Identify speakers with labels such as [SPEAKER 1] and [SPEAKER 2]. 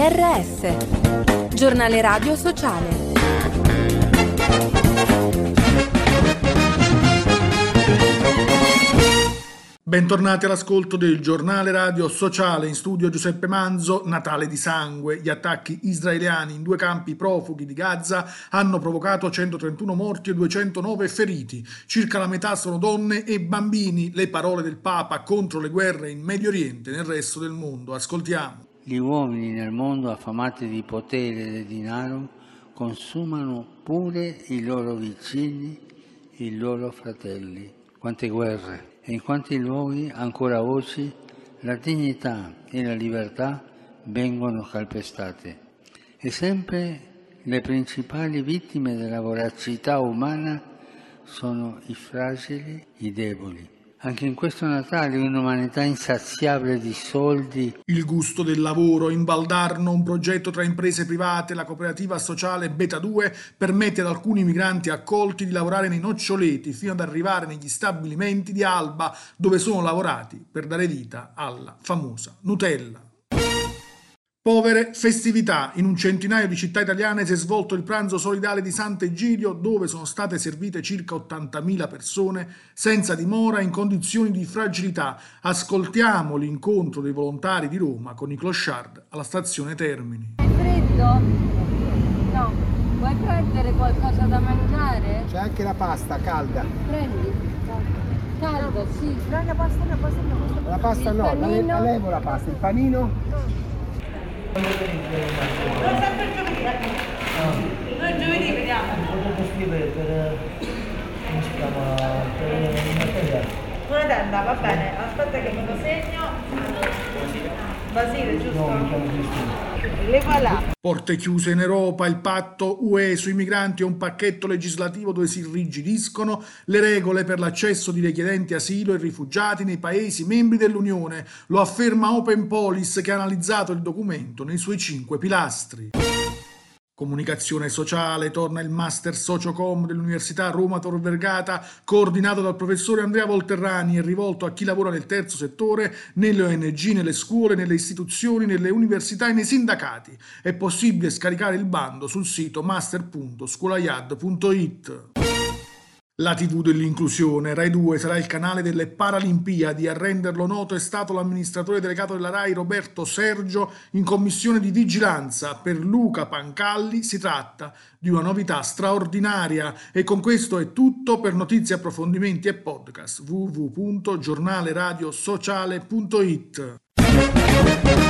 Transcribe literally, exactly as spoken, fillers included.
[SPEAKER 1] R S, giornale radio sociale.
[SPEAKER 2] Bentornati all'ascolto del giornale radio sociale. In studio Giuseppe Manzo. Natale di sangue. Gli attacchi israeliani in due campi profughi di Gaza hanno provocato centotrentuno morti e duecentonove feriti. Circa la metà sono donne e bambini. Le parole del Papa contro le guerre in Medio Oriente e nel resto del mondo. Ascoltiamo.
[SPEAKER 3] Gli uomini nel mondo affamati di potere e di denaro consumano pure i loro vicini, i loro fratelli. Quante guerre! E in quanti luoghi ancora oggi la dignità e la libertà vengono calpestate. E sempre le principali vittime della voracità umana sono i fragili, i deboli. Anche in questo Natale un'umanità insaziabile di soldi.
[SPEAKER 2] Il gusto del lavoro. In Valdarno un progetto tra imprese private e la cooperativa sociale Beta due permette ad alcuni migranti accolti di lavorare nei noccioleti fino ad arrivare negli stabilimenti di Alba, dove sono lavorati per dare vita alla famosa Nutella. Povere festività. In un centinaio di città italiane si è svolto il pranzo solidale di Sant'Egidio, dove sono state servite circa ottantamila persone senza dimora in condizioni di fragilità. Ascoltiamo l'incontro dei volontari di Roma con i clochard alla stazione Termini.
[SPEAKER 4] È freddo? No. Vuoi prendere qualcosa da mangiare?
[SPEAKER 5] C'è anche la pasta calda.
[SPEAKER 4] Prendi. Caldo, sì.
[SPEAKER 5] Prendi la pasta, la pasta no. La pasta
[SPEAKER 4] Il
[SPEAKER 5] no, la,
[SPEAKER 4] panino?
[SPEAKER 5] la levo la pasta. Il panino?
[SPEAKER 6] Non sempre il giovedì, eh? Noi giovedì vediamo.
[SPEAKER 7] Potete scrivere per, come si chiama, per una tenda.
[SPEAKER 6] Una tenda, va bene. Aspetta che me lo segno. Basile, giusto?
[SPEAKER 7] No, mi chiamo Cristina.
[SPEAKER 6] Le voilà.
[SPEAKER 2] Porte chiuse in Europa, il patto U E sui migranti è un pacchetto legislativo dove si irrigidiscono le regole per l'accesso di richiedenti asilo e rifugiati nei Paesi membri dell'Unione. Lo afferma Open Policy, che ha analizzato il documento nei suoi cinque pilastri. Comunicazione sociale. Torna il Master Sociocom dell'Università Roma Tor Vergata, coordinato dal professore Andrea Volterrani e rivolto a chi lavora nel terzo settore, nelle O N G, nelle scuole, nelle istituzioni, nelle università e nei sindacati. È possibile scaricare il bando sul sito master punto scuolaiad punto it. La tivù dell'inclusione. Rai due sarà il canale delle Paralimpiadi. A renderlo noto è stato l'amministratore delegato della Rai Roberto Sergio in commissione di vigilanza. Per Luca Pancalli si tratta di una novità straordinaria. E con questo è tutto. Per notizie, approfondimenti e podcast w w w punto giornale radio sociale punto it.